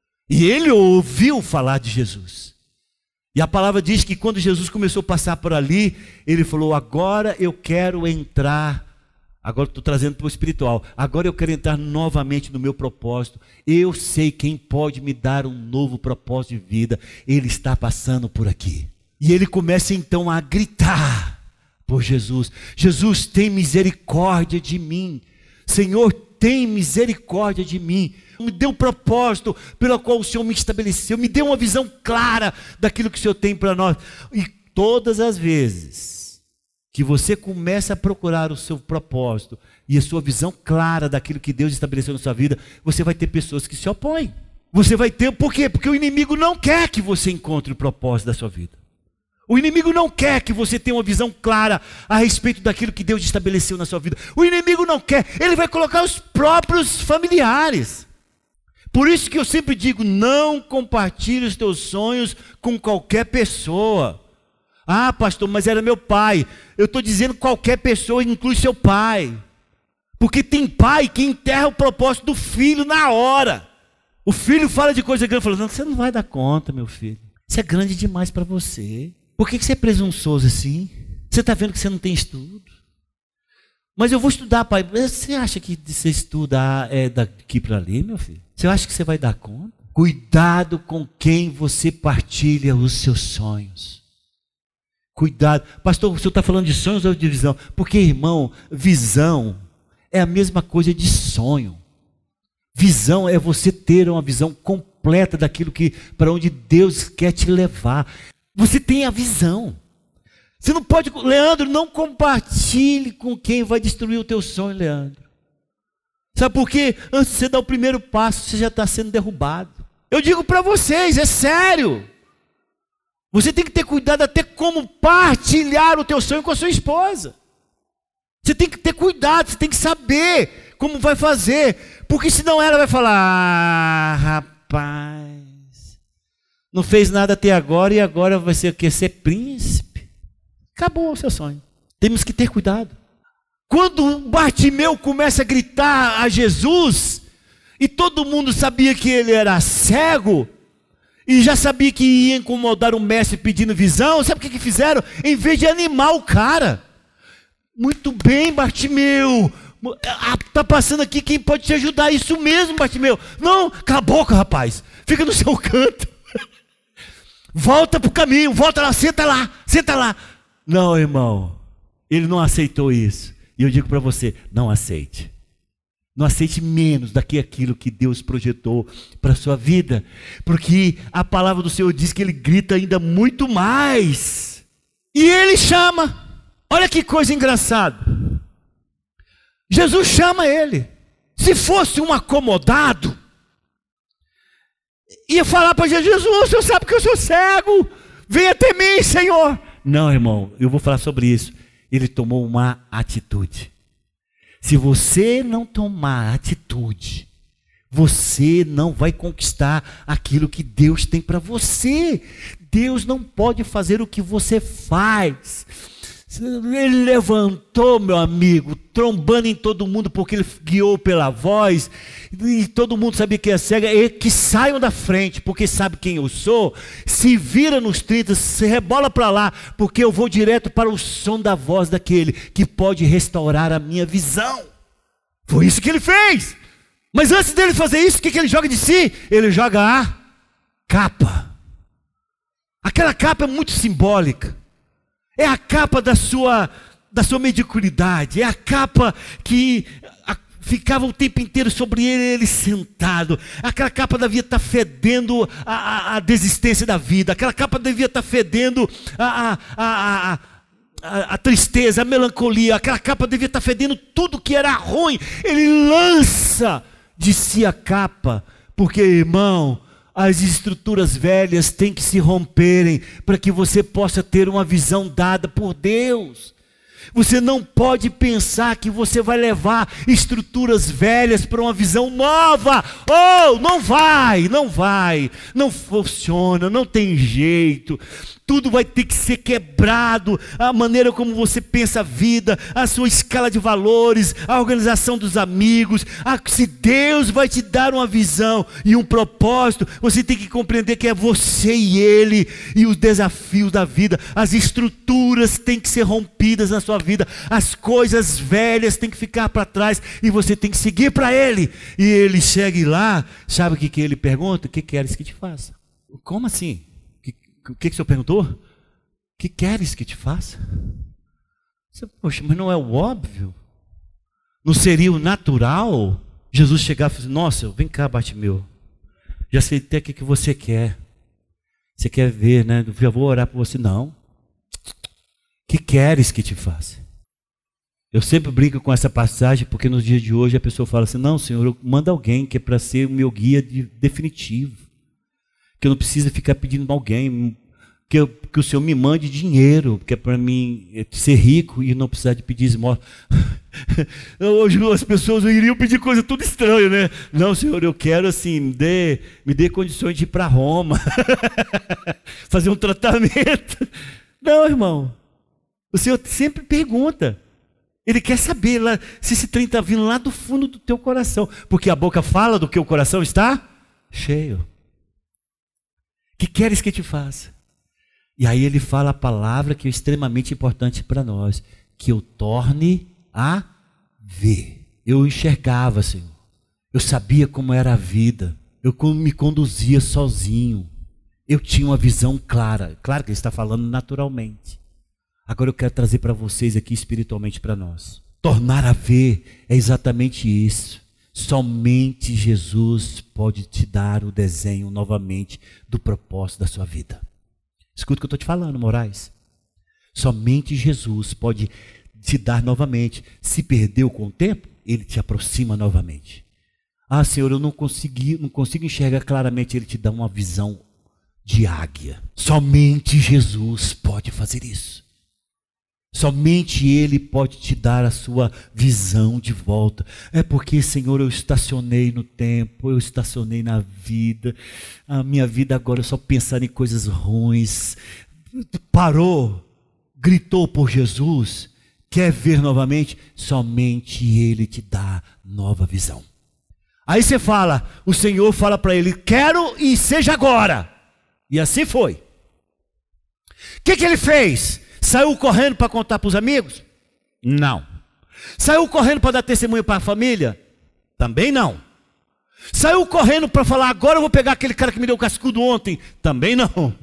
E ele ouviu falar de Jesus. E a palavra diz que quando Jesus começou a passar por ali, ele falou: agora eu quero entrar. Agora estou trazendo para o espiritual. Agora eu quero entrar novamente no meu propósito. Eu sei quem pode me dar um novo propósito de vida. Ele está passando por aqui. E ele começa então a gritar por Jesus: Jesus, tem misericórdia de mim. Senhor, tem misericórdia de mim. Me dê um propósito pelo qual o Senhor me estabeleceu. Me dê uma visão clara daquilo que o Senhor tem para nós. E todas as vezes que você começa a procurar o seu propósito e a sua visão clara daquilo que Deus estabeleceu na sua vida, você vai ter pessoas que se opõem. Você vai ter, por quê? Porque o inimigo não quer que você encontre o propósito da sua vida. O inimigo não quer que você tenha uma visão clara a respeito daquilo que Deus estabeleceu na sua vida. O inimigo não quer, ele vai colocar os próprios familiares. Por isso que eu sempre digo: não compartilhe os teus sonhos com qualquer pessoa. Ah, pastor, mas era meu pai. Eu estou dizendo qualquer pessoa, inclui seu pai. Porque tem pai que enterra o propósito do filho na hora. O filho fala de coisa grande, fala: não, você não vai dar conta, meu filho. Isso é grande demais para você. Por que você é presunçoso assim? Você está vendo que você não tem estudo? Mas eu vou estudar, pai. Você acha que você estudar é daqui para ali, meu filho? Você acha que você vai dar conta? Cuidado com quem você partilha os seus sonhos. Cuidado. Pastor, o senhor está falando de sonhos ou de visão? Porque, irmão, visão é a mesma coisa de sonho. Visão é você ter uma visão completa daquilo que, para onde Deus quer te levar. Você tem a visão. Você não pode, Leandro, não compartilhe com quem vai destruir o teu sonho, Leandro. Sabe por quê? Antes de você dar o primeiro passo, você já está sendo derrubado. Eu digo para vocês, é sério. Você tem que ter cuidado até como partilhar o teu sonho com a sua esposa. Você tem que ter cuidado, você tem que saber como vai fazer. Porque senão ela vai falar: ah, rapaz, não fez nada até agora e agora vai quer ser príncipe. Acabou o seu sonho. Temos que ter cuidado. Quando Bartimeu começa a gritar a Jesus, e todo mundo sabia que ele era cego, e já sabia que ia incomodar o mestre pedindo visão. Sabe o que fizeram? Em vez de animar o cara: muito bem, Bartimeu, está passando aqui quem pode te ajudar. Isso mesmo, Bartimeu. Não, cala a boca, rapaz, fica no seu canto. Volta para o caminho, volta lá, senta lá, senta lá. Não, irmão, ele não aceitou isso. E eu digo para você: não aceite. Não aceite menos daquilo que Deus projetou para a sua vida. Porque a palavra do Senhor diz que Ele grita ainda muito mais. E Ele chama. Olha que coisa engraçada. Jesus chama ele. Se fosse um acomodado, ia falar para Jesus: o Senhor sabe que eu sou cego, venha até mim, Senhor. Não, irmão, eu vou falar sobre isso. Ele tomou uma atitude. Se você não tomar atitude, você não vai conquistar aquilo que Deus tem para você. Deus não pode fazer o que você faz. Ele levantou, meu amigo, trombando em todo mundo, porque ele guiou pela voz, e todo mundo sabia que é cego. E que saiam da frente, porque sabe quem eu sou. Se vira nos 30, se rebola para lá, porque eu vou direto para o som da voz daquele que pode restaurar a minha visão. Foi isso que ele fez. Mas antes dele fazer isso, o que ele joga de si? Ele joga a capa. Aquela capa é muito simbólica. É a capa da sua mediocridade. É a capa que ficava o tempo inteiro sobre ele sentado. Aquela capa devia estar fedendo a desistência da vida. Aquela capa devia estar fedendo a tristeza, a melancolia. Aquela capa devia estar fedendo tudo que era ruim. Ele lança de si a capa, porque, irmão, as estruturas velhas têm que se romperem para que você possa ter uma visão dada por Deus. Você não pode pensar que você vai levar estruturas velhas para uma visão nova. Oh, não vai, não funciona, não tem jeito. Tudo vai ter que ser quebrado. A maneira como você pensa a vida, a sua escala de valores, a organização dos amigos. Se Deus vai te dar uma visão e um propósito, você tem que compreender que é você e Ele, e os desafios da vida. As estruturas têm que ser rompidas na sua vida. As coisas velhas têm que ficar para trás e você tem que seguir para Ele. E Ele chega lá, sabe o que Ele pergunta? O que queres que te faça? Como assim? O que o Senhor perguntou? O que queres que te faça? Poxa, mas não é o óbvio? Não seria o natural Jesus chegar e falar: nossa, vem cá, Bartimeu, já sei até o que você quer. Você quer ver, né? Já vou orar por você. Não. O que queres que te faça? Eu sempre brinco com essa passagem, porque nos dias de hoje a pessoa fala assim: não, Senhor, manda alguém que é para ser o meu guia definitivo. Que eu não preciso ficar pedindo para alguém, que o Senhor me mande dinheiro, que é para mim ser rico e não precisar de pedir esmola. Hoje as pessoas iriam pedir coisa tudo estranha, né? Não, Senhor, eu quero assim, me dê condições de ir para Roma, fazer um tratamento. Não, irmão, o Senhor sempre pergunta. Ele quer saber lá, se esse trem está vindo lá do fundo do teu coração, porque a boca fala do que o coração está cheio. Que queres que te faça? E aí ele fala a palavra que é extremamente importante para nós: que eu torne a ver. Eu enxergava, Senhor. Eu sabia como era a vida. Eu me conduzia sozinho. Eu tinha uma visão clara. Claro que ele está falando naturalmente. Agora eu quero trazer para vocês aqui espiritualmente para nós. Tornar a ver é exatamente isso. Somente Jesus pode te dar o desenho novamente do propósito da sua vida. Escuta o que eu estou te falando, Moraes. Somente Jesus pode te dar novamente. Se perdeu com o tempo, Ele te aproxima novamente. Ah, Senhor, eu não consigo enxergar claramente. Ele te dá uma visão de águia. Somente Jesus pode fazer isso. Somente Ele pode te dar a sua visão de volta. É porque, Senhor, eu estacionei no tempo, eu estacionei na vida. A minha vida agora é só pensar em coisas ruins. Parou, gritou por Jesus, quer ver novamente? Somente Ele te dá nova visão. Aí você fala, o Senhor fala para ele: quero e seja agora. E assim foi. O que ele fez? Saiu correndo para contar para os amigos? Não. Saiu correndo para dar testemunho para a família? Também não. Saiu correndo para falar, agora eu vou pegar aquele cara que me deu o cascudo ontem? Também não.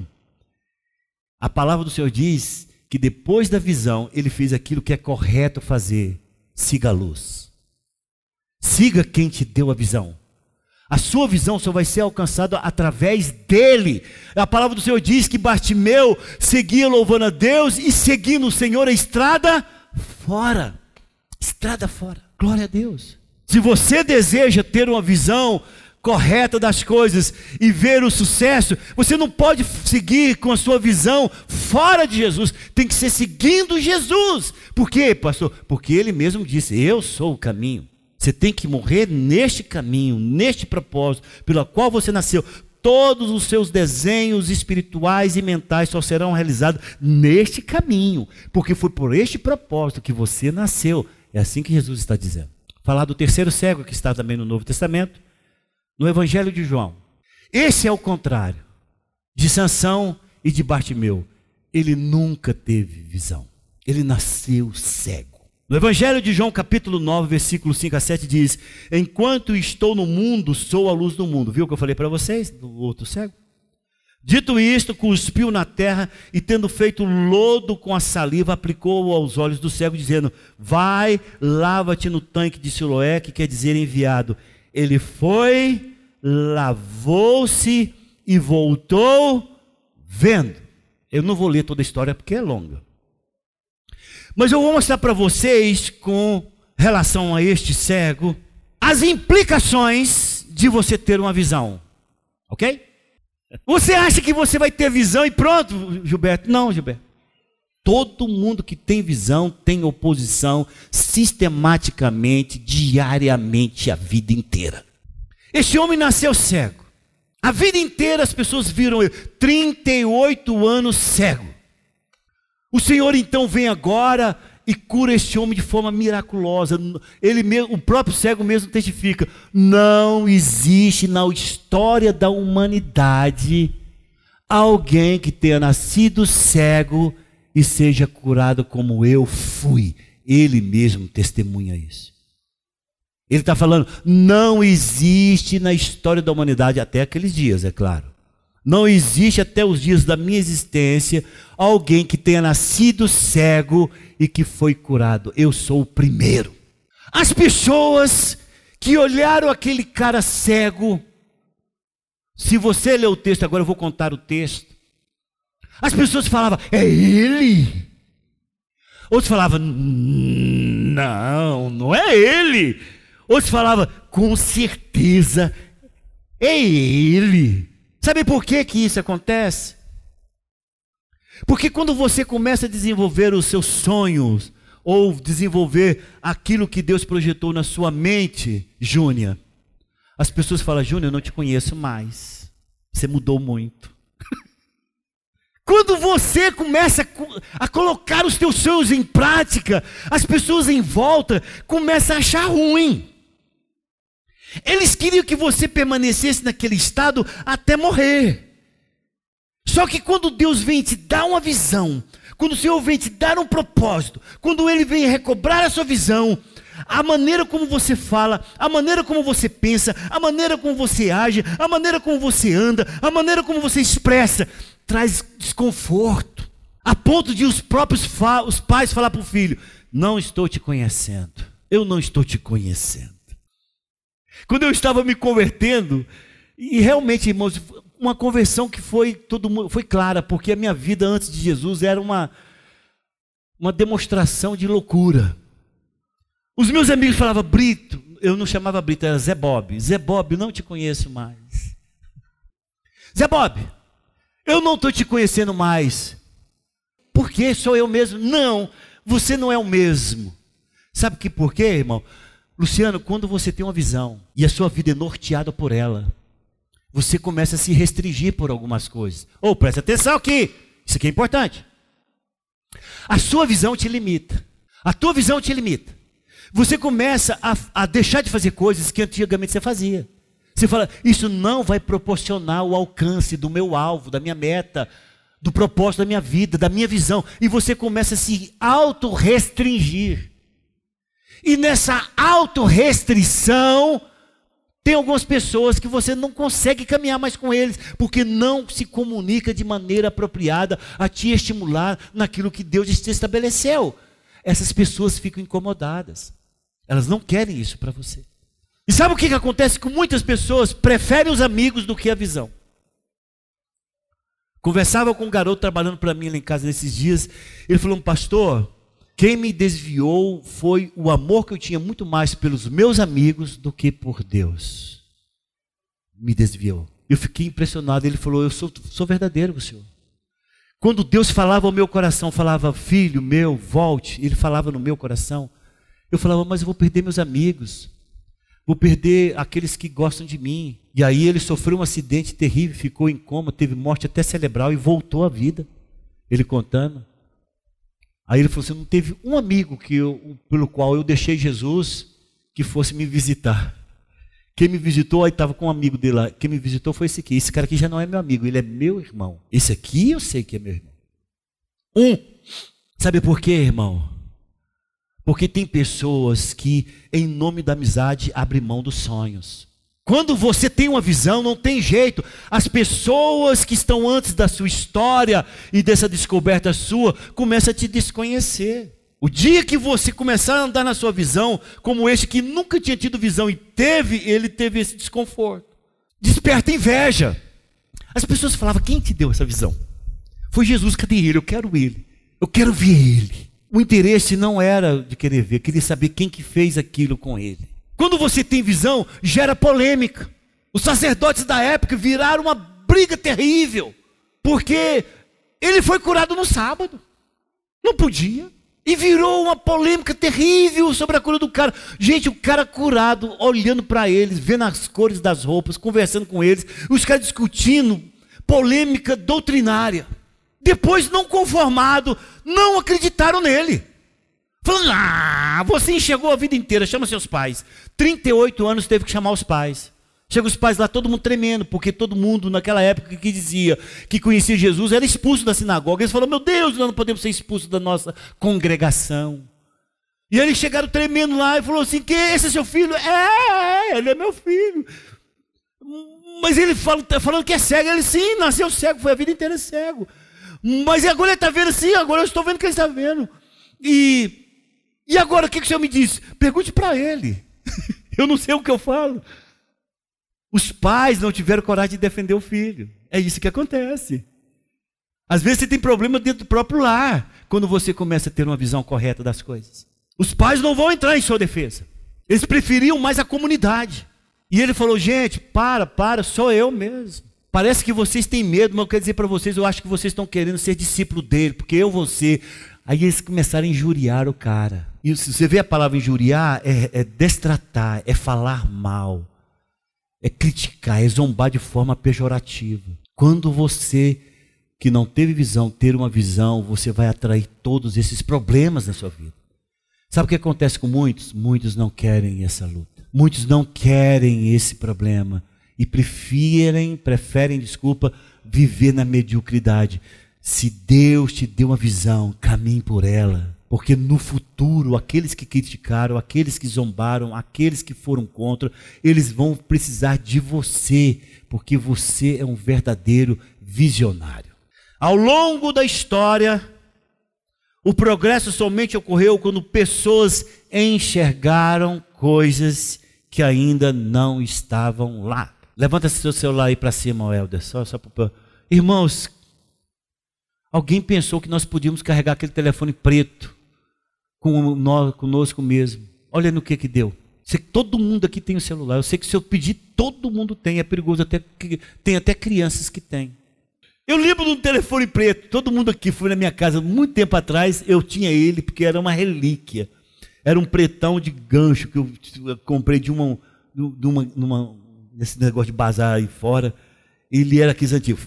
A palavra do Senhor diz que depois da visão, ele fez aquilo que é correto fazer. Siga a luz. Siga quem te deu a visão. A sua visão só vai ser alcançada através dele. A palavra do Senhor diz que Bartimeu seguia louvando a Deus e seguindo o Senhor a estrada fora. Estrada fora. Glória a Deus. Se você deseja ter uma visão correta das coisas e ver o sucesso, você não pode seguir com a sua visão fora de Jesus. Tem que ser seguindo Jesus. Por quê, pastor? Porque ele mesmo disse, eu sou o caminho. Você tem que morrer neste caminho, neste propósito, pelo qual você nasceu. Todos os seus desenhos espirituais e mentais só serão realizados neste caminho, porque foi por este propósito que você nasceu. É assim que Jesus está dizendo. Falar do terceiro cego, que está também no Novo Testamento, no Evangelho de João. Esse é o contrário de Sansão e de Bartimeu. Ele nunca teve visão. Ele nasceu cego. No Evangelho de João, capítulo 9, versículos 5 a 7, diz, enquanto estou no mundo, sou a luz do mundo. Viu o que eu falei para vocês, do outro cego? Dito isto, cuspiu na terra e, tendo feito lodo com a saliva, aplicou-o aos olhos do cego, dizendo, vai, lava-te no tanque de Siloé, que quer dizer enviado. Ele foi, lavou-se e voltou vendo. Eu não vou ler toda a história porque é longa. Mas eu vou mostrar para vocês, com relação a este cego, as implicações de você ter uma visão. Ok? Você acha que você vai ter visão e pronto, Gilberto? Não, Gilberto. Todo mundo que tem visão tem oposição sistematicamente, diariamente, a vida inteira. Este homem nasceu cego. A vida inteira as pessoas viram ele. 38 anos cego. O Senhor então vem agora e cura este homem de forma miraculosa. Ele mesmo, o próprio cego mesmo testifica, não existe na história da humanidade alguém que tenha nascido cego e seja curado como eu fui. Ele mesmo testemunha isso. Ele está falando, não existe na história da humanidade, até aqueles dias, é claro. Não existe até os dias da minha existência alguém que tenha nascido cego e que foi curado. Eu sou o primeiro. As pessoas que olharam aquele cara cego, se você ler o texto, agora eu vou contar o texto. As pessoas falavam, é ele? Outros falavam, não, não é ele. Outros falavam, com certeza é ele. Sabe por que isso acontece? Porque quando você começa a desenvolver os seus sonhos, ou desenvolver aquilo que Deus projetou na sua mente, Júnior, as pessoas falam, Júnior, eu não te conheço mais. Você mudou muito. Quando você começa a colocar os teus sonhos em prática, as pessoas em volta começam a achar ruim. Eles queriam que você permanecesse naquele estado até morrer. Só que quando Deus vem te dar uma visão, quando o Senhor vem te dar um propósito, quando Ele vem recobrar a sua visão, a maneira como você fala, a maneira como você pensa, a maneira como você age, a maneira como você anda, a maneira como você expressa, traz desconforto. A ponto de os pais falar para o filho, não estou te conhecendo, eu não estou te conhecendo. Quando eu estava me convertendo, e realmente, irmãos, uma conversão que foi clara, porque a minha vida antes de Jesus era uma demonstração de loucura. Os meus amigos falavam, Brito, eu não chamava Brito, era Zé Bob. Zé Bob, não te conheço mais. Zé Bob, eu não estou te conhecendo mais. Por quê? Sou eu mesmo? Não, você não é o mesmo. Sabe que por quê, irmão? Luciano, quando você tem uma visão e a sua vida é norteada por ela, você começa a se restringir por algumas coisas. Presta atenção aqui, isso aqui é importante. A sua visão te limita. A tua visão te limita. Você começa a deixar de fazer coisas que antigamente você fazia. Você fala, isso não vai proporcionar o alcance do meu alvo, da minha meta, do propósito da minha vida, da minha visão. E você começa a se autorrestringir. E nessa autorrestrição, tem algumas pessoas que você não consegue caminhar mais com eles, porque não se comunica de maneira apropriada a te estimular naquilo que Deus te estabeleceu. Essas pessoas ficam incomodadas. Elas não querem isso para você. E sabe o que acontece com muitas pessoas? Preferem os amigos do que a visão. Conversava com um garoto trabalhando para mim lá em casa nesses dias. Ele falou, pastor, quem me desviou foi o amor que eu tinha muito mais pelos meus amigos do que por Deus. Me desviou. Eu fiquei impressionado. Ele falou, eu sou verdadeiro com o Senhor. Quando Deus falava ao meu coração, falava, filho meu, volte. Ele falava no meu coração. Eu falava, mas eu vou perder meus amigos. Vou perder aqueles que gostam de mim. E aí ele sofreu um acidente terrível, ficou em coma, teve morte até cerebral e voltou à vida. Ele contando. Aí ele falou assim, não teve um amigo pelo qual eu deixei Jesus que fosse me visitar. Quem me visitou, aí estava com um amigo dele lá. Quem me visitou foi esse aqui. Esse cara aqui já não é meu amigo, ele é meu irmão. Esse aqui eu sei que é meu irmão. Sabe por quê, irmão? Porque tem pessoas que, em nome da amizade, abrem mão dos sonhos. Quando você tem uma visão, não tem jeito. As pessoas que estão antes da sua história e dessa descoberta sua, começam a te desconhecer. O dia que você começar a andar na sua visão, como este que nunca tinha tido visão e ele teve esse desconforto. Desperta inveja. As pessoas falavam, quem te deu essa visão? Foi Jesus, cadê ele? Eu quero ele. Eu quero ver ele. O interesse não era de querer ver, queria saber quem que fez aquilo com ele. Quando você tem visão, gera polêmica. Os sacerdotes da época viraram uma briga terrível, porque ele foi curado no sábado. Não podia. E virou uma polêmica terrível sobre a cura do cara. Gente, o cara curado, olhando para eles, vendo as cores das roupas, conversando com eles, os caras discutindo, polêmica doutrinária. Depois, não conformado, não acreditaram nele. Falando, você enxergou a vida inteira, chama seus pais. 38 anos teve que chamar os pais. Chega os pais lá, todo mundo tremendo, porque todo mundo naquela época que dizia que conhecia Jesus era expulso da sinagoga. Eles falaram, meu Deus, nós não podemos ser expulsos da nossa congregação. E eles chegaram tremendo lá e falou assim, esse é seu filho? Ele é meu filho. Mas ele está falando que é cego. Ele, sim, nasceu cego, foi a vida inteira cego. Mas agora ele está vendo, sim, agora eu estou vendo que ele está vendo. E agora o que o Senhor me disse? Pergunte para ele. Eu não sei o que eu falo. Os pais não tiveram coragem de defender o filho. É isso que acontece. Às vezes você tem problema dentro do próprio lar, quando você começa a ter uma visão correta das coisas. Os pais não vão entrar em sua defesa. Eles preferiam mais a comunidade. E ele falou, gente, para, sou eu mesmo. Parece que vocês têm medo, mas eu quero dizer para vocês, eu acho que vocês estão querendo ser discípulo dele, porque eu vou ser. Aí eles começaram a injuriar o cara. E se você vê a palavra injuriar, é destratar, é falar mal. É criticar, é zombar de forma pejorativa. Quando você, que não teve visão, ter uma visão, você vai atrair todos esses problemas na sua vida. Sabe o que acontece com muitos? Muitos não querem essa luta. Muitos não querem esse problema. E preferem, viver na mediocridade. Se Deus te deu uma visão, caminhe por ela. Porque no futuro, aqueles que criticaram, aqueles que zombaram, aqueles que foram contra, eles vão precisar de você, porque você é um verdadeiro visionário. Ao longo da história, o progresso somente ocorreu quando pessoas enxergaram coisas que ainda não estavam lá. Levanta seu celular aí para cima, Helder. Irmãos, alguém pensou que nós podíamos carregar aquele telefone preto conosco mesmo. Olha no que deu. Sei que todo mundo aqui tem um celular. Eu sei que se eu pedir, todo mundo tem. É perigoso, tem até crianças que têm. Eu lembro de um telefone preto. Todo mundo aqui foi na minha casa muito tempo atrás. Eu tinha ele porque era uma relíquia. Era um pretão de gancho que eu comprei nesse negócio de bazar aí fora. Ele era aqueles antigos.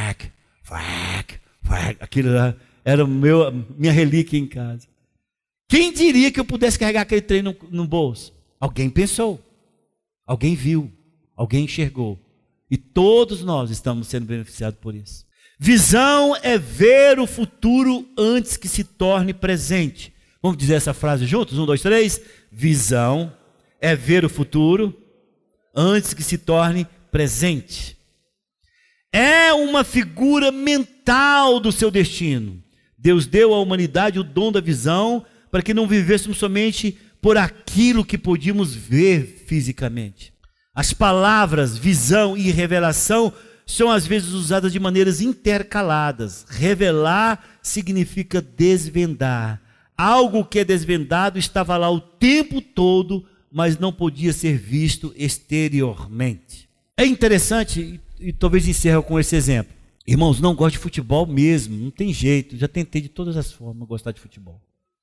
Aquilo lá era minha relíquia em casa. Quem diria que eu pudesse carregar aquele trem no bolso? Alguém pensou, alguém viu, Alguém enxergou. E todos nós estamos sendo beneficiados por isso. Visão é ver o futuro antes que se torne presente. Vamos dizer essa frase juntos? 1, 2, 3. Visão é ver o futuro antes que se torne presente. É uma figura mental do seu destino. Deus deu à humanidade o dom da visão para que não vivêssemos somente por aquilo que podíamos ver fisicamente. As palavras visão e revelação são às vezes usadas de maneiras intercaladas. Revelar significa desvendar. Algo que é desvendado estava lá o tempo todo, mas não podia ser visto exteriormente. É interessante, e talvez encerre com esse exemplo. Irmãos, não gosto de futebol mesmo, não tem jeito. Já tentei de todas as formas gostar de futebol.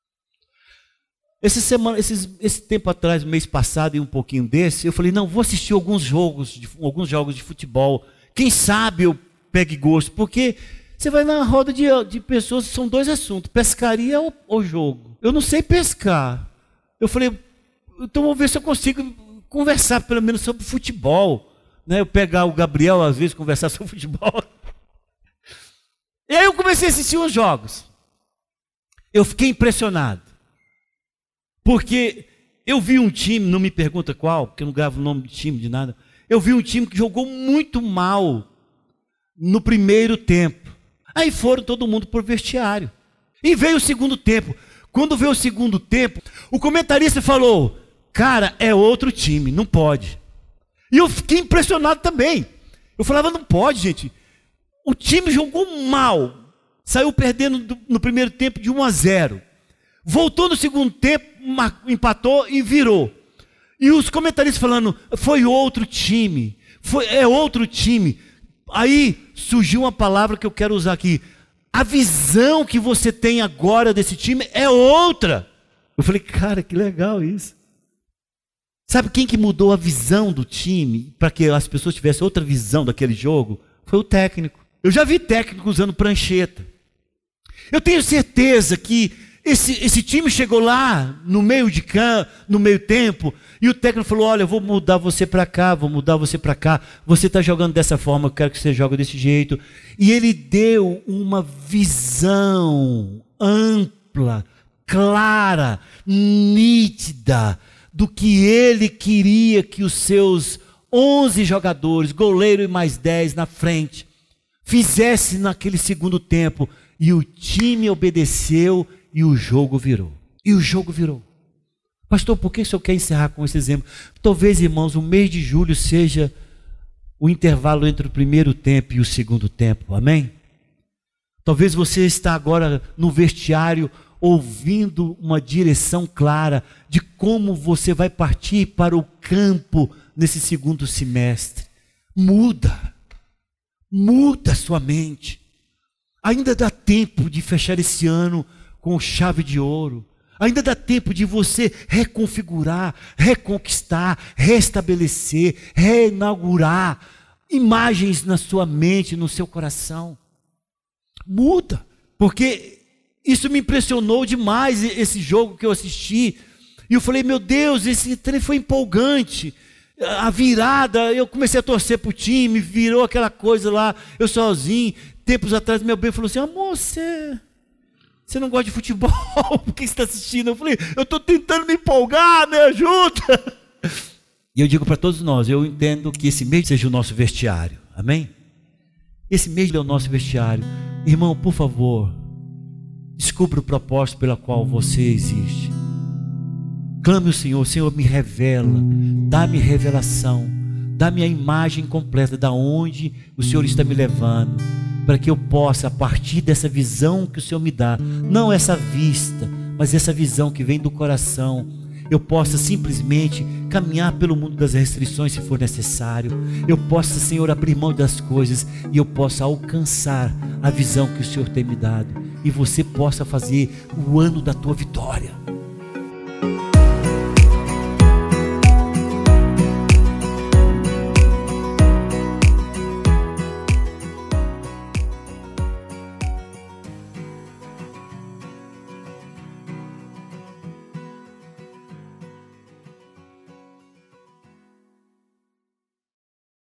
Esse tempo atrás, mês passado e um pouquinho desse, eu falei, não, vou assistir alguns jogos de futebol. Quem sabe eu pegue gosto, porque você vai na roda de pessoas, são dois assuntos, pescaria ou jogo. Eu não sei pescar. Eu falei, então vou ver se eu consigo conversar pelo menos sobre futebol. Né? Eu pegar o Gabriel, às vezes, conversar sobre futebol. E aí eu comecei a assistir os jogos. Eu fiquei impressionado. Porque eu vi um time, não me pergunta qual, porque eu não gravo o nome do time, de nada. Eu vi um time que jogou muito mal no primeiro tempo. Aí foram todo mundo por vestiário. E veio o segundo tempo. Quando veio o segundo tempo, o comentarista falou, cara, é outro time, não pode. E eu fiquei impressionado também. Eu falava, não pode, gente. O time jogou mal. Saiu perdendo no primeiro tempo de 1-0. Voltou no segundo tempo, empatou e virou. E os comentaristas falando, foi outro time. É outro time. Aí surgiu uma palavra que eu quero usar aqui. A visão que você tem agora desse time é outra. Eu falei, cara, que legal isso. Sabe quem que mudou a visão do time para que as pessoas tivessem outra visão daquele jogo? Foi o técnico. Eu já vi técnico usando prancheta. Eu tenho certeza que esse time chegou lá no meio de campo, no meio tempo, e o técnico falou, olha, eu vou mudar você para cá, vou mudar você para cá, você está jogando dessa forma, eu quero que você jogue desse jeito. E ele deu uma visão ampla, clara, nítida, do que ele queria que os seus 11 jogadores, goleiro e mais 10 na frente, fizessem naquele segundo tempo. E o time obedeceu e o jogo virou. E o jogo virou. Pastor, por que o senhor quer encerrar com esse exemplo? Talvez, irmãos, o mês de julho seja o intervalo entre o primeiro tempo e o segundo tempo. Amém? Talvez você está agora no vestiário ouvindo uma direção clara de como você vai partir para o campo nesse segundo semestre. Muda a sua mente. Ainda dá tempo de fechar esse ano com chave de ouro. Ainda dá tempo de você reconfigurar, reconquistar, restabelecer, reinaugurar imagens na sua mente, no seu coração. Muda, porque isso me impressionou demais, esse jogo que eu assisti. E eu falei, meu Deus, esse treino foi empolgante. A virada, eu comecei a torcer para o time, virou aquela coisa lá, eu sozinho. Tempos atrás, meu bem falou assim, amor, você não gosta de futebol? Por que você está assistindo? Eu falei, eu estou tentando me empolgar, me ajuda. E eu digo para todos nós, eu entendo que esse mês seja o nosso vestiário, amém? Esse mês é o nosso vestiário. Irmão, por favor, descubra o propósito pela qual você existe. Clame ao Senhor, Senhor, me revela, dá-me revelação, dá-me a imagem completa de onde o Senhor está me levando, para que eu possa, a partir dessa visão que o Senhor me dá, não essa vista, mas essa visão que vem do coração, eu possa simplesmente caminhar pelo mundo das restrições se for necessário, eu possa, Senhor, abrir mão das coisas e eu possa alcançar a visão que o Senhor tem me dado, e você possa fazer o ano da tua vitória.